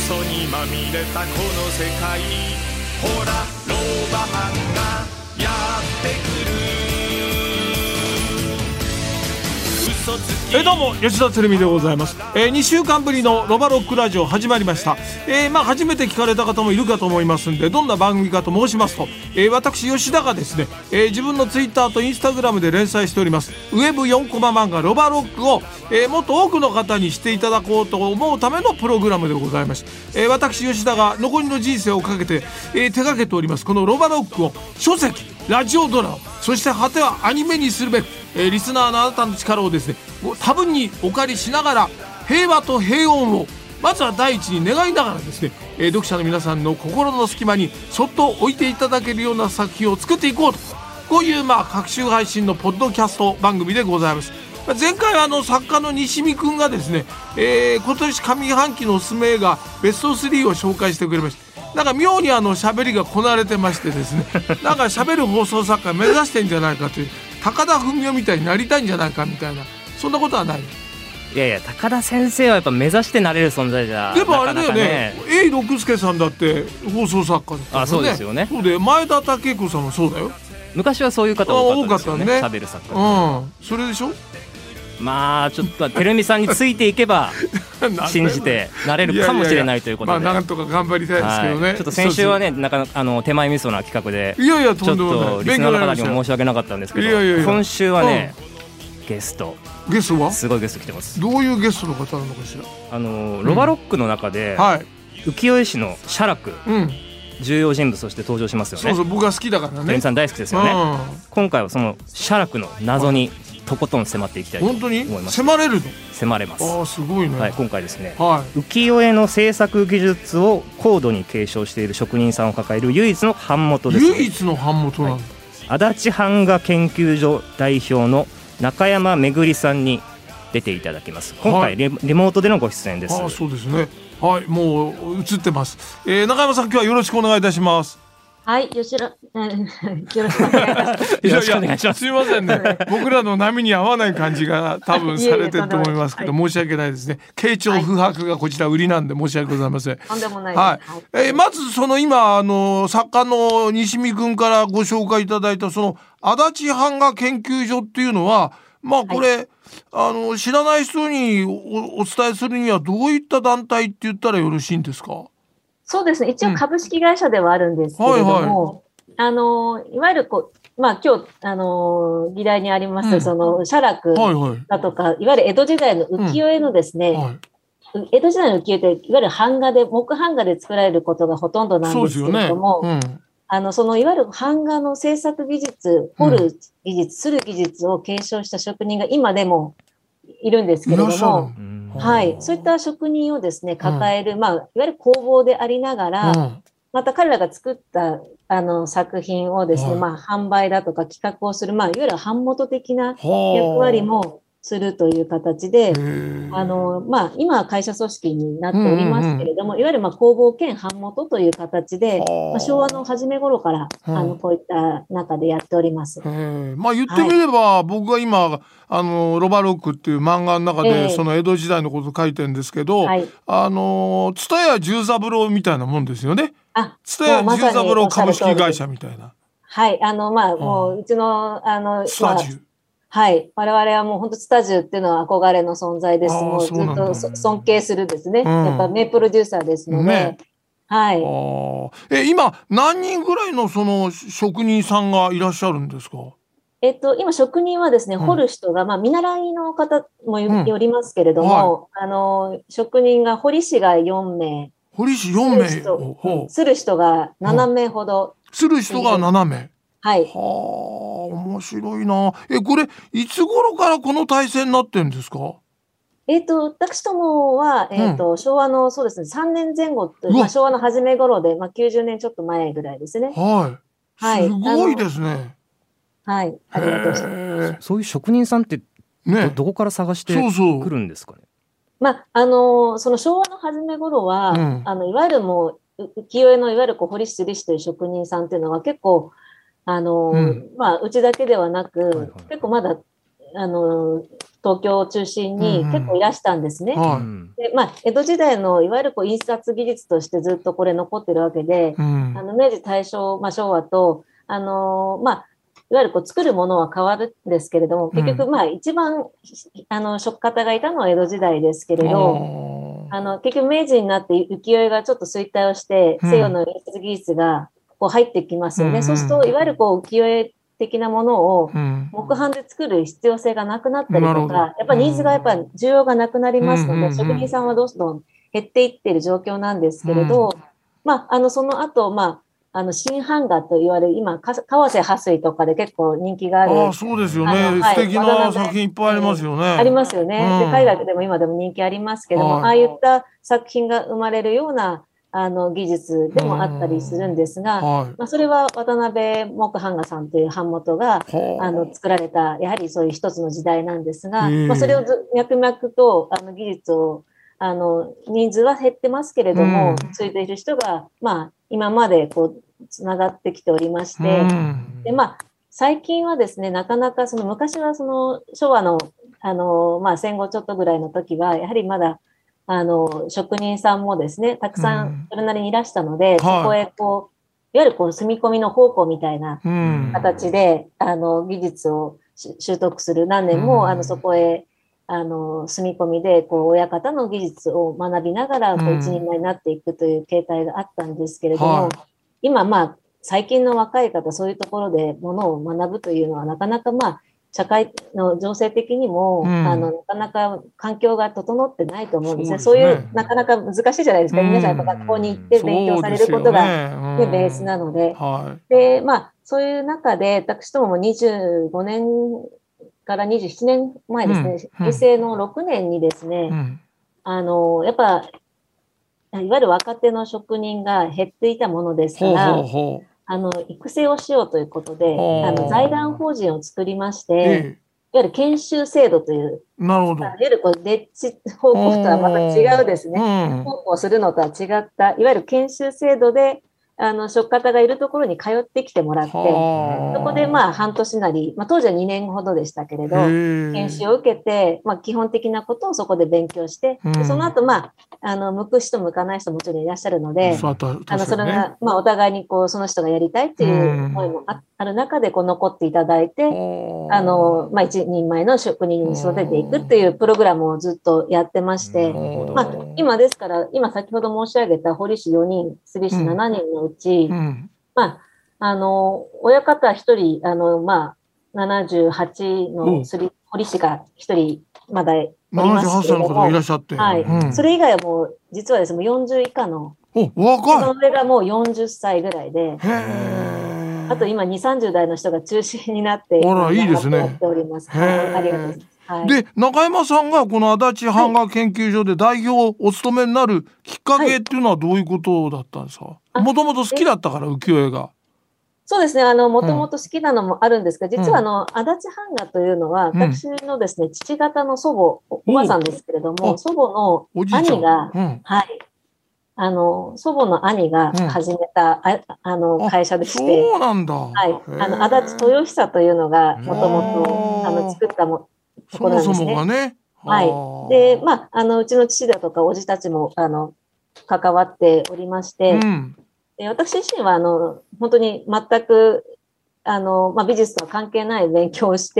嘘にまみれたこの世界、ほらローバマンがやってくる。 どうも吉田鶴美でございます。2週間ぶりのロバロックラジオ始まりました。初めて聞かれた方もいるかと思いますんで、どんな番組かと申しますと、私吉田がですね、自分のツイッターとインスタグラムで連載しておりますウェブ4コマ漫画ロバロックを、もっと多くの方にしていただこうと思うためのプログラムでございます。私吉田が残りの人生をかけて、手掛けておりますこのロバロックを書籍、ラジオドラマ、そして果てはアニメにするべく、リスナーのあなたの力をですね多分にお借りしながら、平和と平穏をまずは第一に願いながらですね、読者の皆さんの心の隙間にそっと置いていただけるような作品を作っていこうと、こういう各週配信のポッドキャスト番組でございます。前回は作家の西見くんがですね、今年上半期のおすすめ映画ベスト3を紹介してくれました。なんか妙に喋りがこなれてましてですねなんか喋る放送作家目指してんじゃないかという、高田文夫みたいになりたいんじゃないかみたいな、そんなことはない。 いやいや、高田先生はやっぱ目指してなれる存在じゃでもあれだよね、 なかなか永六輔さんだって放送作家ですからね。 そうですよね。 そうで、前田武子さんもそうだよ。 昔はそういう方多かったですよね、喋る作家。 それでしょ。 ちょっとてるみさんについていけば信じてなれるかもしれないということで、 なんとか頑張りたいですけどね。 ちょっと先週はね、なかなか手前味噌な企画で、ちょっとリスナーの方にも申し訳なかったんですけど、今週はね、ゲストはすごいゲスト来てます。 どういうゲストの方なのかしら。 ロバロックの中で、浮世絵師の写楽、重要人物として登場しますよね。 そう僕が好きだからね。 てるみさん大好きですよね。今回はその写楽の謎にとことん迫っていきたいと思います。 迫れるの？ 迫れます。 すごいね。 今回ですね、浮世絵の制作技術を高度に継承している職人さんを抱える唯一の版元ですね。 唯一の版元なんだ。 足立版画研究所代表の中山めぐりさんに出ていただきます。今回リモートでのご出演です。 そうですね。もう映ってます。中山さん、今日はよろしくお願いいたします。 はい、よろしくお願いします。 すいませんね。僕らの波に合わない感じが多分されてると思いますけど、申し訳ないですね。慶長不白がこちら売りなんで申し訳ございません。 とんでもないです。 まず今作家の西見くんからご紹介いただいたその足立版画研究所っていうのは、これ、知らない人にお伝えするにはどういった団体って言ったらよろしいんですか？ そうですね。一応株式会社ではあるんですけれども、いわゆる今日議題にあります、その写楽だとか、いわゆる江戸時代の浮世絵のですね、江戸時代の浮世絵っていわゆる版画で木版画で作られることがほとんどなんですけれども、そのいわゆる版画の制作技術、彫る技術、する技術を継承した職人が今でもいるんですけれども、そういった職人をですね、抱える、いわゆる工房でありながら、また彼らが作った作品をですね、販売だとか企画をする、いわゆる版元的な役割もするという形で、今は会社組織になっておりますけれども、いわゆる工房兼版元という形で、昭和の初め頃からこういった中でやっております。 言ってみれば、僕が今ロバロックっていう漫画の中でその江戸時代のこと書いてるんですけど、蔦屋十三郎みたいなもんですよね。蔦屋十三郎株式会社みたいな。 もううちのスタジオ、我々はもう本当スタジオっていうのは憧れの存在です。もうずっと尊敬するですね。やっぱ名プロデューサーですので。 今何人ぐらいのその職人さんがいらっしゃるんですか？ 今職人はですね、彫る人が、見習いの方もよりますけれども、職人が彫り師が4名。 彫り師4名。 する人が7名ほど。 する人が7名。面白いな。これいつ頃からこの体制になってるんですか？ 私どもは、昭和のそうですね、3年前後という、昭和の初め頃で、90年ちょっと前ぐらいですね。 すごいですね。 ありがとうございます。 そういう職人さんってどこから探してくるんですかね？ その昭和の初め頃は、いわゆるもう浮世絵のいわゆる彫り師すり師という職人さんっていうのは結構うちだけではなく、結構まだ東京を中心に結構いらしたんですね。で、江戸時代のいわゆる印刷技術としてずっとこれ残ってるわけで、明治大正、昭和といわゆる作るものは変わるんですけれども、結局一番職方がいたのは江戸時代ですけれど、結局明治になって浮世絵がちょっと衰退をして、西洋の印刷技術が入ってきますよね。そうするといわゆる浮世絵的なものを木版で作る必要性がなくなったりとか、やっぱりニーズが需要がなくなりますので、職人さんはどんどん減っていっている状況なんですけれど、その後、新版画と言われる、今、川瀬波水とかで結構人気がある。 そうですよね。素敵な作品いっぱいありますよね。 ありますよね。で、海外でも今でも人気ありますけども、ああいった作品が生まれるような技術でもあったりするんですが、それは渡辺木版画さんという版元が作られた、やはりそういう一つの時代なんですが、それを脈々と技術を人数は減ってますけれども、ついている人が今までつながってきておりまして、で最近はですね、なかなか昔は昭和の戦後ちょっとぐらいの時はやはりまだ職人さんもですね、たくさんそれなりにいらしたので、そこへいわゆる住み込みの奉公みたいな形で、技術を習得する、何年もそこへ住み込みで親方の技術を学びながら一人前になっていくという形態があったんですけれども、今最近の若い方、そういうところでものを学ぶというのはなかなか社会の情勢的にも、なかなか環境が整ってないと思うんですね。そういう、なかなか難しいじゃないですか。皆さん学校に行って勉強されることが、ベースなので。で、そういう中で、私どもも25年から27年前ですね、平成の6年にですね、やっぱ、いわゆる若手の職人が減っていたものですから、育成をしようということで、財団法人を作りまして、いわゆる研修制度という、いわゆるデッチ方向とはまた違うですね、方向するのとは違った、いわゆる研修制度で、職方がいるところに通ってきてもらって、そこで半年なり、当時は2年ほどでしたけれど、研修を受けて、基本的なことをそこで勉強して、その後、向く人向かない人ももちろんいらっしゃるので、それが、お互いにその人がやりたいっていう思いもある中で、残っていただいて、一人前の職人に育てていくっていうプログラムをずっとやってまして、今ですから、今先ほど申し上げた彫り師4人、摺師7人のうち、親方1人、78の彫り師が1人まだいますけれども、 78歳の方いらっしゃって、 それ以外はもう、実はですね、40以下の、 若い。 その上がもう40歳ぐらいで、あと今2、30代の人が中心になって、 いいですね。 やっております。ありがとうございます。 で、中山さんがこの足立版画研究所で代表をお務めになるきっかけっていうのはどういうことだったんですか？もともと好きだったから、浮世絵が。 そうですね。もともと好きなのもあるんですが、実は足立版画というのは、私のですね、父方の祖母、おばさんですけれども、祖母の兄が、祖母の兄が始めた、会社でして、 そうなんだ。 足立豊久というのが、もともと、作ったところなんですね。 そもそもがね。 で、うちの父だとか、おじたちも、関わっておりまして、私自身は、本当に全く、美術とは関係ない勉強をして、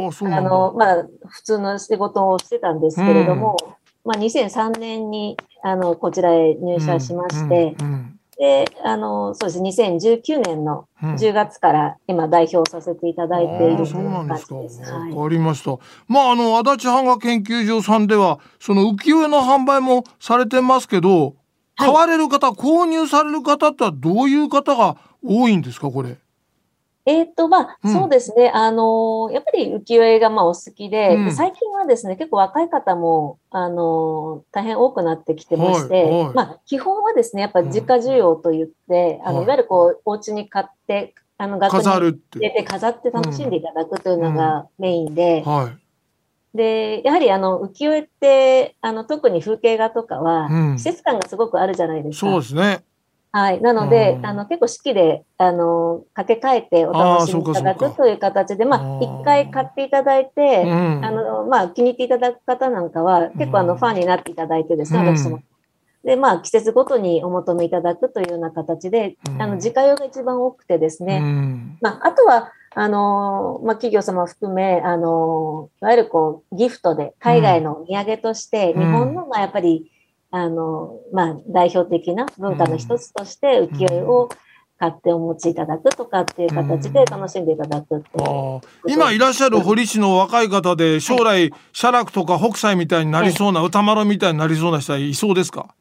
普通の仕事をしてたんですけれども、2003年に、こちらへ入社しまして、で、そうですね、2019年の10月から今代表させていただいているという感じです。 わかりました。足立版画研究所さんでは、その浮世絵の販売もされてますけど、買われる方、購入される方ってはどういう方が多いんですか、これ？ そうですね。やっぱり浮世絵がお好きで、最近はですね、結構若い方も、大変多くなってきてまして、基本はですね、やっぱ自家需要といって、いわゆるお家に買って、額に入れて飾って楽しんでいただくというのがメインで、で、やはり浮世絵って、特に風景画とかは、季節感がすごくあるじゃないですか。 そうですね。 はい。なので、結構式で、掛け替えてお楽しみいただくという形で、一回買っていただいて、気に入っていただく方なんかは、結構ファンになっていただいてですね、私も。で、季節ごとにお求めいただくというような形で、自家用が一番多くてですね。あとは、企業様を含め、いわゆるギフトで、海外のお土産として、日本の、やっぱり、代表的な文化の一つとして浮世絵を買ってお持ちいただくとかっていう形で楽しんでいただくっていう。 今いらっしゃる堀市の若い方で将来写楽とか北斎みたいになりそうな、歌丸みたいになりそうな人はいそうですか？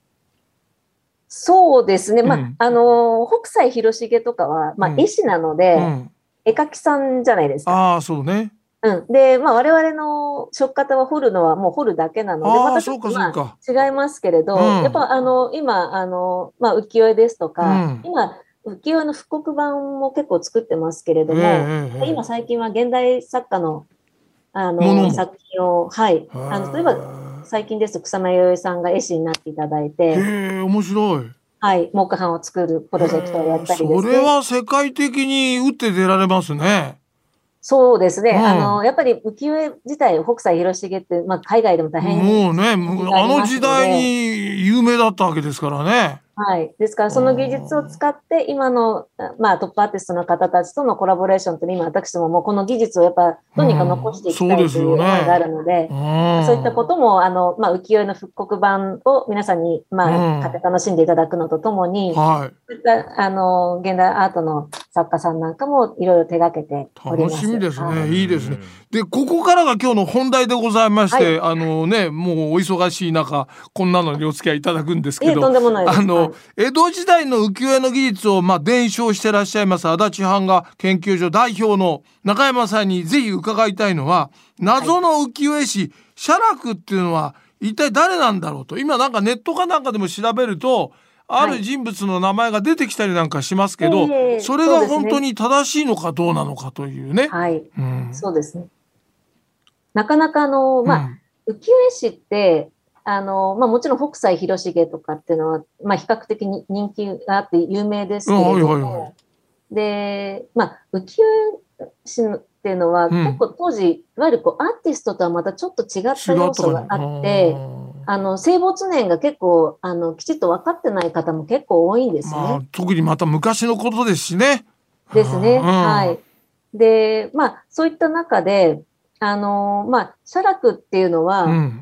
そうですね。北斎広重とかは、絵師なので、絵描きさんじゃないですか。 ああ、そうね。 で、我々の職方は彫るのはもう彫るだけなので、またちょっと違いますけれど、やっぱ今、浮世絵ですとか、今、浮世絵の復刻版も結構作ってますけれども、今最近は現代作家の、作品を、例えば最近ですと草間彌生さんが絵師になっていただいて、 面白い。 はい、木版を作るプロジェクトをやったりですね。 それは世界的に打って出られますね。 そうですね。やっぱり浮世絵自体、北斎広重って、海外でも大変もうね、あの時代に有名だったわけですからね。 はい。ですから、その技術を使って、今の、トップアーティストの方たちとのコラボレーションって、今、私どももこの技術をやっぱ、どうにか残していきたいという思いがあるので、そういったことも、浮世絵の復刻版を皆さんに、買って楽しんでいただくのとともに、そういった、現代アートの作家さんなんかもいろいろ手掛けております。 楽しみですね。いいですね。で、ここからが今日の本題でございまして、もうお忙しい中、こんなのにお付き合いいただくんですけど、 とんでもないです。 江戸時代の浮世絵の技術を伝承してらっしゃいます足立版画研究所代表の中山さんにぜひ伺いたいのは、謎の浮世絵師、写楽っていうのは一体誰なんだろうと。今なんかネットかなんかでも調べるとある人物の名前が出てきたりなんかしますけど、それが本当に正しいのかどうなのかというね。 そうですね。なかなか浮世絵師ってもちろん北斎広重とかっていうのは、比較的に人気があって有名ですけれども、で、浮世絵師っていうのは、結構当時、いわゆるアーティストとはまたちょっと違った要素があって、生没年が結構、きちっと分かってない方も結構多いんですね。 特にまた昔のことですしね。 ですね。はい。で、そういった中で、写楽っていうのは、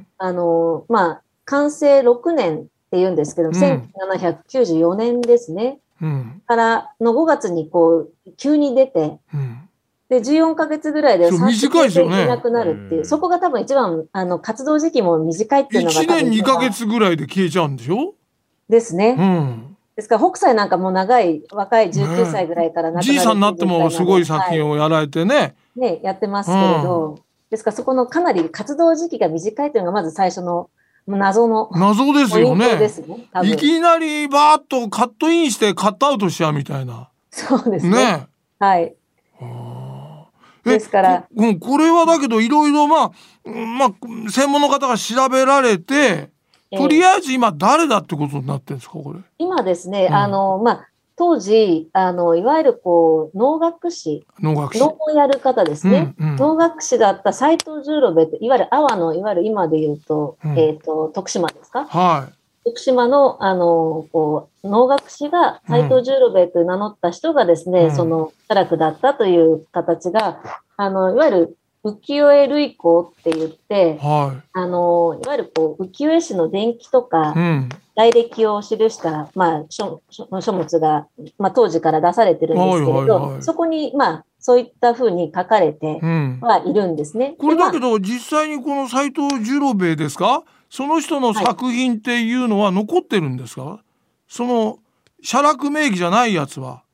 完成6年って言うんですけど、1794年ですね。からの5月に急に出て、で、14ヶ月ぐらいで短いですよね。 いなくなるっていう。そこが多分一番、活動時期も短いっていうのが。 1年2ヶ月ぐらいで消えちゃうんでしょ？ ですね。ですから、北斎なんかもう長い、若い19歳ぐらいから亡くなる。 じいさんになってもすごい作品をやられてね。 ね、やってますけれど。ですから、そこのかなり活動時期が短いというのがまず最初の謎ですよね。いきなりバーッとカットインしてカットアウトしちゃうみたいな。 そうですね。はい。ですからこれはだけどいろいろ専門の方が調べられて、とりあえず今誰だってことになってるんですか、これ。 今ですね、当時いわゆる能楽師能をやる方ですね、能楽師だった斎藤十郎兵衛と、いわゆる阿波のいわゆる今で言うと、徳島ですか、徳島の能楽師が斎藤十郎兵衛と名乗った人がですね、その写楽だったという形がいわゆる浮世絵類考って言って、いわゆる浮世絵師の伝記とか、来歴を記した書物が当時から出されてるんですけれど、そこにそういったふうに書かれてはいるんですね。 これだけど実際にこの斎藤十郎兵衛ですか、その人の作品っていうのは残ってるんですか？その写楽名義じゃないやつは。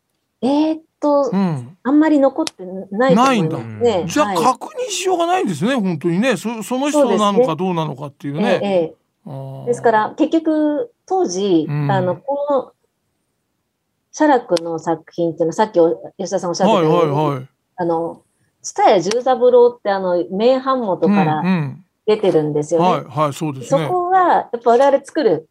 あんまり残ってないと思いますね。 ないんだ。じゃあ確認しようがないんですね、本当にね。その人なのかどうなのかっていうね。 ですから結局当時、この写楽の作品っていうのはさっき吉田さんおっしゃってたように、蔦屋十三郎って名版元から出てるんですよね。 そうですね。そこがやっぱ我々作る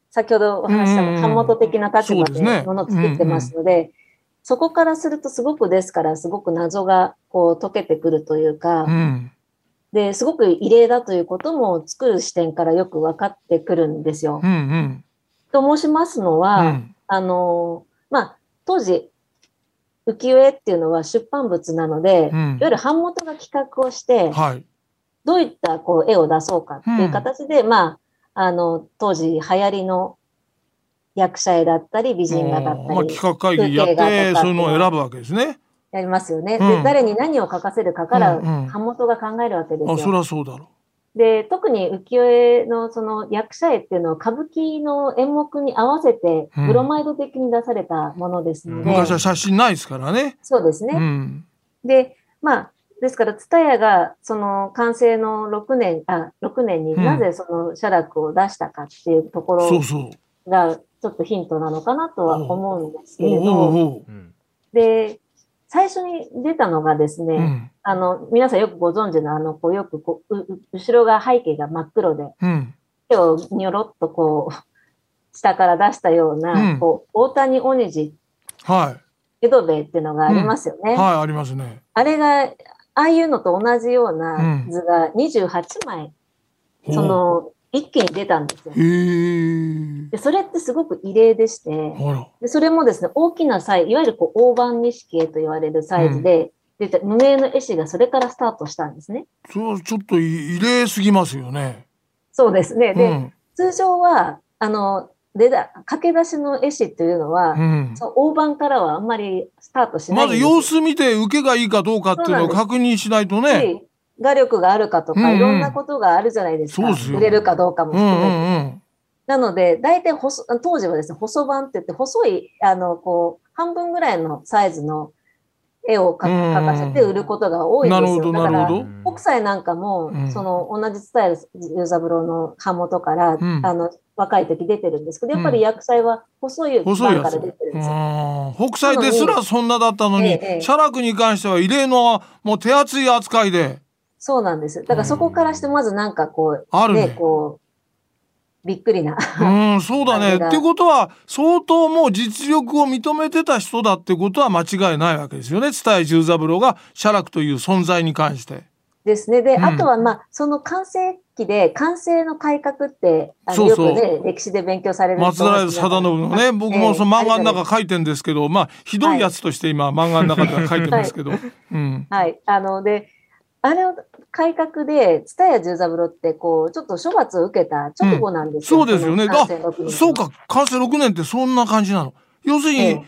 先ほどお話した版元的な立場でものを作ってますので、そこからするとすごくですから、すごく謎がこう解けてくるというか、で、すごく異例だということも作る視点からよく分かってくるんですよ。と申しますのは、当時、浮世絵っていうのは出版物なので、いわゆる版元が企画をして、どういったこう絵を出そうかっていう形で、当時流行りの役者絵だったり、美人画だったり。 企画会議やって、そういうのを選ぶわけですね。 やりますよね。で、誰に何を書かせるかから、版元が考えるわけですよ。 そりゃそうだろう。で、特に浮世絵のその役者絵っていうのは歌舞伎の演目に合わせて、ブロマイド的に出されたものですので。 昔は写真ないですからね。 そうですね。で、ですから、蔦屋が、その、完成の6年になぜその写楽を出したかっていうところが、ちょっとヒントなのかなとは思うんですけれど、で、最初に出たのがですね、皆さんよくご存知のよく後ろが背景が真っ黒で、手をにょろっとこう、下から出したような、大谷鬼次、江戸兵衛っていうのがありますよね。 ありますね。 あれが、ああいうのと同じような図が28枚、一気に出たんですよ。でそれってすごく異例でして、でそれもですね、大きなサイズ、いわゆる大判錦絵と言われるサイズで、出た無名の絵師がそれからスタートしたんですね。 そうちょっと異例すぎますよね。 そうですね。で、通常は、駆け出しの絵師というのは、大判からはあんまりスタートしないんですよ。 まず様子見て受けがいいかどうかっていうのを確認しないとね。 画力があるかとか、いろんなことがあるじゃないですか。売れるかどうかも含めて。なので、大体当時はですね、細版って言って、細い、半分ぐらいのサイズの絵を描かせて売ることが多いんですよ。だから、北斎なんかも、同じ蔦屋重三郎の版元から、若い時出てるんですけど、やっぱり薬剤は細い版から出てるんですよ。 北斎ですらそんなだったのに、写楽に関しては異例のもう手厚い扱いで。 そうなんです。だからそこからしてまずなんかびっくりな。 そうだね。ってことは、相当もう実力を認めてた人だってことは間違いないわけですよね。蔦屋重三郎が写楽という存在に関して。 ですね。で、あとはその完成期で、完成の改革って、よくね、歴史で勉強される松平定信のね、僕もその漫画の中書いてるんですけど、ひどいやつとして今、漫画の中では書いてますけど。 はい。で、あれを改革で、蔦屋重三郎って、ちょっと処罰を受けた直後なんですよ。 そうですよね。そうか、完成6年ってそんな感じなの。要するに、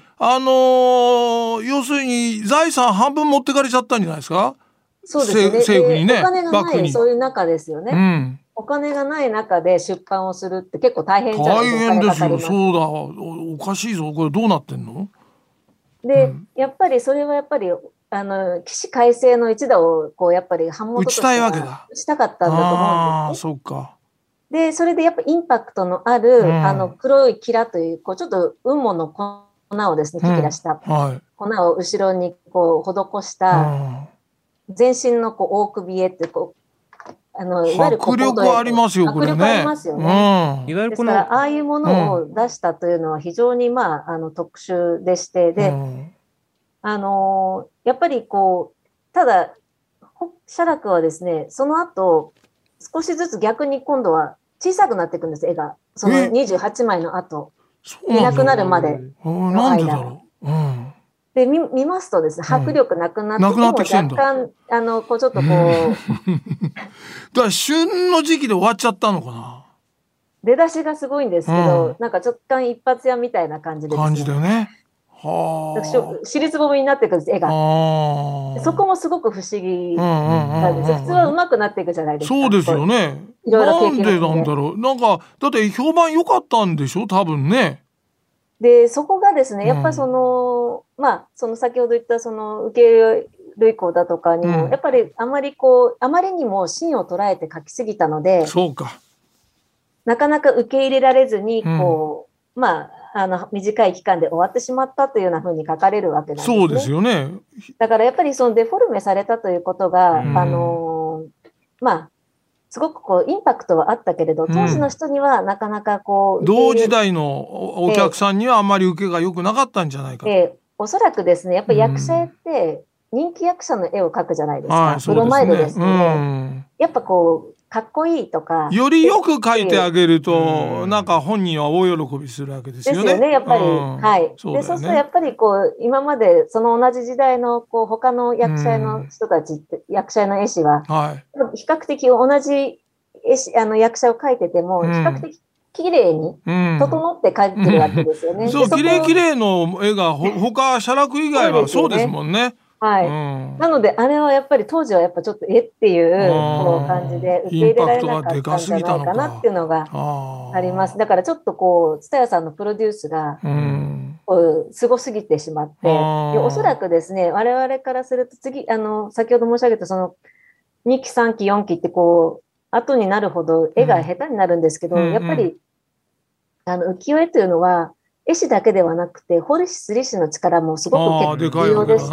財産半分持ってかれちゃったんじゃないですか？ そうですね。 政府にね。 お金がない、そういう中ですよね。お金がない中で出版をするって結構大変じゃないですか。 大変ですよ。そうだ。おかしいぞ。これどうなってんの？ で、やっぱりそれはやっぱり、起死回生の一打を、やっぱり版元としては打ちたかったんだと思うんですね。 そうか。 で、それでやっぱインパクトのある、黒いキラという、ちょっと雲母の粉をですね、キキラした粉を後ろに施した、全身の大首絵って、いわゆる迫力ありますよ、これね。 迫力ありますよね。ですから、ああいうものを出したというのは非常に特殊でして、で、やっぱりただ、写楽はですね、その後、少しずつ逆に今度は小さくなっていくんです、絵が。その28枚の後、いなくなるまでの間。で、見ますとですね、迫力なくなってきても若干、ちょっとだから旬の時期で終わっちゃったのかな。 出だしがすごいんですけど、なんか若干一発屋みたいな感じで。 感じだよね。 尻つぼみになっていくんです、絵が。そこもすごく不思議なんです。普通は上手くなっていくじゃないですか。 そうですよね。なんでなんだろう。なんか、だって評判良かったんでしょ、多分ね。 で、そこがですね、やっぱその先ほど言った受け類項だとかにも、やっぱりあまりにも芯を捉えて描きすぎたので、 そうか。 なかなか受け入れられずに、短い期間で終わってしまったというような風に書かれるわけなんですね。 そうですよね。 だからやっぱりそのデフォルメされたということが、 すごくこうインパクトはあったけれど、当時の人にはなかなかこう、 同時代のお客さんにはあんまり受けが良くなかったんじゃないかと。 おそらくですね、やっぱり役者って人気役者の絵を描くじゃないですか。ブロマイドですね。やっぱこうかっこいいとかよりよく描いてあげると、なんか本人は大喜びするわけですよね。 ですよね、やっぱり。はい。で、そうするとやっぱりこう今までその同じ時代のこう他の役者の人たちって、役者の絵師は、比較的同じ役者を描いてても、比較的綺麗に整って描いてるわけですよね。 そう、綺麗の絵が他写楽以外はそうですもんね。 はい。なのであれはやっぱり当時はやっぱちょっとっていうこう感じで受け入れられなかったんじゃないかなっていうのがあります。だからちょっとこう蔦屋さんのプロデュースがすごすぎてしまって、おそらくですね、我々からすると次先ほど申し上げたその2期3期4期ってこう後になるほど絵が下手になるんですけど、やっぱり浮世絵というのは絵師だけではなくて彫り師すり師の力もすごく結構重要でして、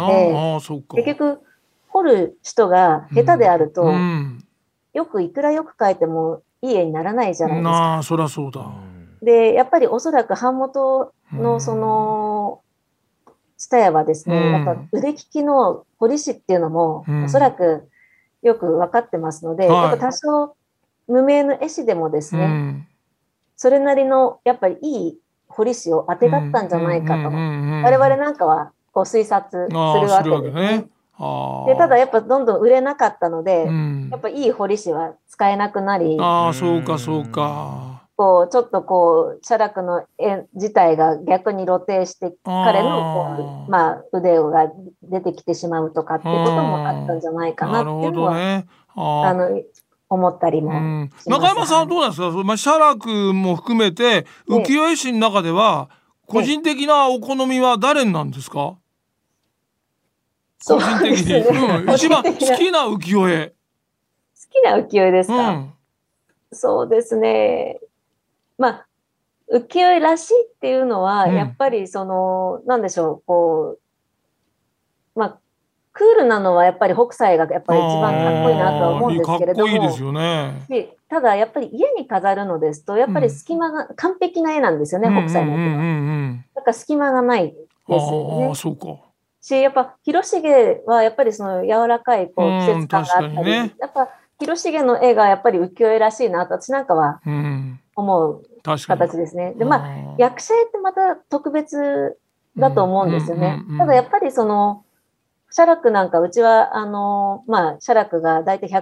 結局彫る人が下手であると、よくいくらよく描いてもいい絵にならないじゃないですか。 そりゃそうだ。 でやっぱりおそらく版元のその蔦屋はですね、やっぱ腕利きの彫り師っていうのもおそらくよく分かってますので、やっぱ多少無名の絵師でもですね、それなりのやっぱりいい彫り師を当てがったんじゃないかと、我々なんかはこう推察するわけですね。でただやっぱどんどん売れなかったので、やっぱいい彫り師は使えなくなり、 そうか。 こうちょっとこう写楽の絵自体が逆に露呈して彼のこう、腕が出てきてしまうとかっていうこともあったんじゃないかなっていうのは、思ったりもします。 中山さんはどうなんですか？写楽も含めて浮世絵師の中では個人的なお好みは誰なんですか？個人的に、一番好きな浮世絵。 好きな浮世絵ですか？そうですね。浮世絵らしいっていうのは、やっぱりそのなんでしょう、こうクールなのはやっぱり北斎がやっぱり一番かっこいいなとは思うんですけれども、 かっこいいですよね。 ただやっぱり家に飾るのですとやっぱり隙間が完璧な絵なんですよね、北斎の絵は。だから隙間がないですよね。 そうか。 やっぱ広重はやっぱりその柔らかいこう季節感があったり、やっぱ広重の絵がやっぱり浮世絵らしいなと私なんかは思う形ですね。で役者絵ってまた特別だと思うんですよね。ただやっぱりその写楽なんかうちは写楽がだいたい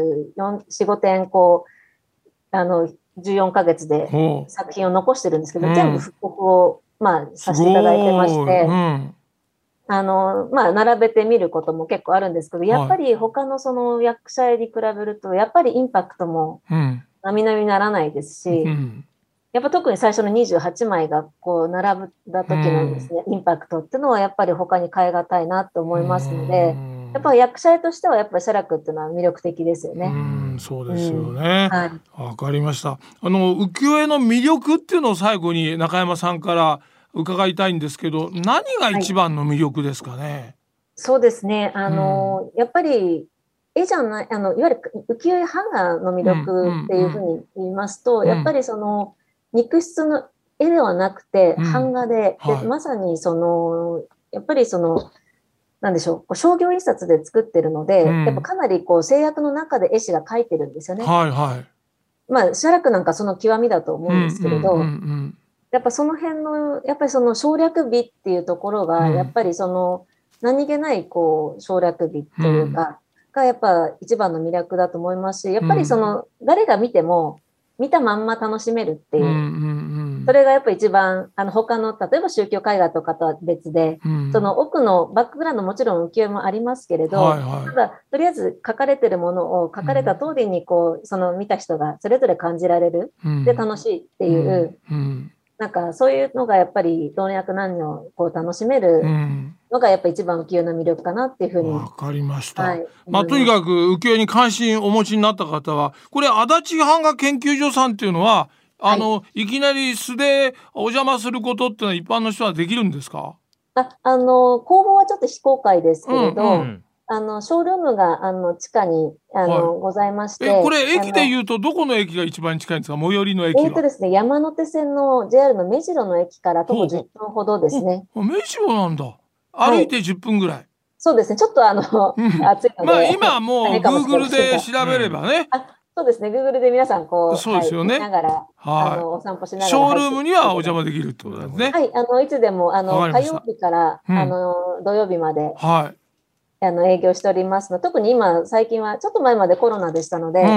144、5点こう14ヶ月で作品を残してるんですけど、全部復刻をさせていただいてまして、並べてみることも結構あるんですけど、やっぱり他のその役者絵に比べるとやっぱりインパクトも並々ならないですし、やっぱ特に最初の28枚がこう並んだ時のですね、インパクトっていうのはやっぱり他に変え難いなと思いますので、やっぱり役者絵としてはやっぱり写楽っていうのは魅力的ですよね。 そうですよね。わかりました。浮世絵の魅力っていうのを最後に中山さんから伺いたいんですけど、何が一番の魅力ですかね？ そうですね。やっぱり絵じゃない、いわゆる浮世絵版画の魅力っていうふうに言いますと、やっぱりその肉質の絵ではなくて版画で、まさにそのやっぱりそのなんでしょう、商業印刷で作ってるので、やっぱかなりこう制約の中で絵師が描いてるんですよね。写楽なんかその極みだと思うんですけれど、やっぱその辺のやっぱりその省略美っていうところが、やっぱりその何気ないこう省略美というか、がやっぱ一番の魅力だと思いますし、やっぱりその誰が見ても見たまんま楽しめるっていう、それがやっぱ一番他の例えば宗教絵画とかとは別で、その奥のバックグラウンドもちろん浮世絵もありますけれど、ただとりあえず書かれてるものを書かれた通りにこうその見た人がそれぞれ感じられる、で楽しいっていう、なんかそういうのがやっぱり老若男女こう楽しめるのがやっぱり一番浮世絵の魅力かなっていうふうに。 わかりました。とにかく浮世絵に関心お持ちになった方は、これ足立版画研究所さんっていうのは、いきなり素でお邪魔することっていうのは一般の人はできるんですか？ 公募はちょっと非公開ですけれど、 ショールームが地下にございまして。 これ駅でいうとどこの駅が一番近いんですか？最寄りの駅は。 ですね、山手線の JR の目白の駅から徒歩10分ほどですね。 目白なんだ。歩いて10分ぐらい。 そうですね。ちょっと暑いので。 今もう Google で調べればね。 そうですね。Google で皆さんそうですよね。 見ながらお散歩しながら。 ショールームにはお邪魔できるってことですね。 はい。いつでも火曜日から土曜日まで営業しておりますの。特に今最近はちょっと前までコロナでしたので、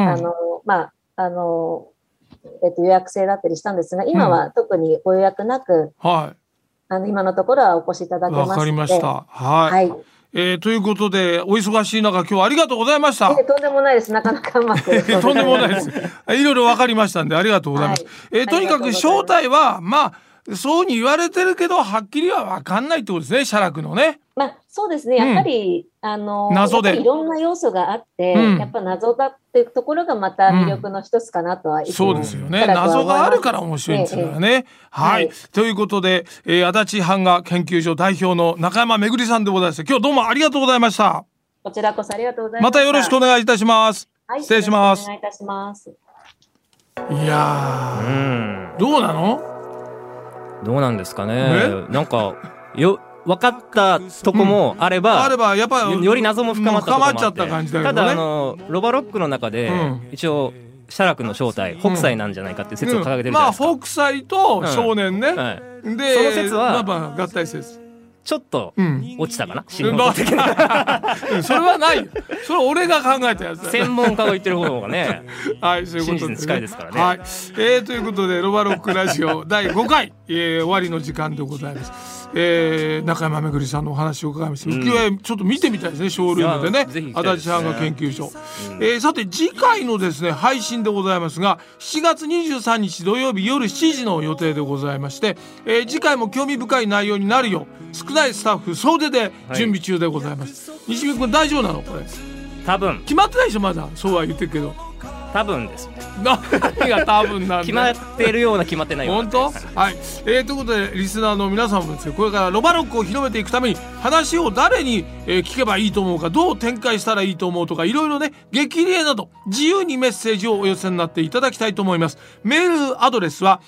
予約制だったりしたんですが、今は特にご予約なく、今のところはお越しいただけますので。 わかりました。はい。ということでお忙しい中今日はありがとうございました。 とんでもないです。なかなかうまくとんでもないです。いろいろわかりましたんでありがとうございます。とにかく正体はそうに言われてるけどはっきりはわかんないってことですね。写楽のね。 そうですね。やっぱり、 謎でいろんな要素があって、やっぱ謎だっていうところがまた魅力の一つかなとは、 そうですよね。謎があるから面白いんですからね。はい。ということで、足立版画研究所代表の中山めぐりさんでございます。今日どうもありがとうございました。 こちらこそありがとうございました。 またよろしくお願いいたします。失礼します。 お願いいたします。 いやどうなの？ どうなんですかね。なんか分かったとこもあれば、 やっぱりより謎も深まったとこもあって、 深まっちゃった感じだよね。 ただロバロックの中で、一応写楽の正体北斎なんじゃないかっていう説を掲げてるじゃないですか。 北斎と少年ね。でその説は合体説。 ちょっと落ちたかな、 それはないよ。それ俺が考えたやつだ。 専門家が言ってる方がねそういうことで、 真実に近いですからね。 ということでロバロックラジオ第5回、終わりの時間でございます。中山めぐりさんのお話を伺いました。浮世絵ちょっと見てみたいですね。ショールームでね、足立版画研究所。さて次回のですね配信でございますが、7月23日土曜日夜7時の予定でございまして、次回も興味深い内容になるよう少ないスタッフ総出で準備中でございます。西見君大丈夫なのこれ？ 多分決まってないでしょまだ。そうは言ってるけど多分です。 何が多分なんだ。 決まってるような決まってないような。 本当？はい。ということでリスナーの皆さんもですね、これからロバロックを広めていくために話を誰に聞けばいいと思うか、どう展開したらいいと思うとか、いろいろね激励など自由にメッセージをお寄せになっていただきたいと思います。メールアドレスは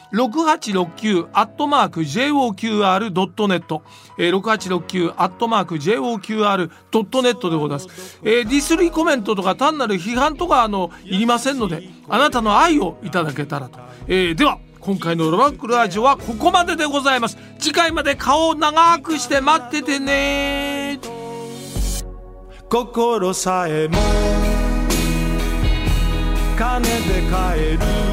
6869@joqr.net、6869@joqr.net でございます。ディスリコメントとか単なる批判とかいりませんので、あなたの愛をいただけたらと。では今回のロバックラジオはここまででございます。次回まで顔を長くして待っててね。 心さえも金で買える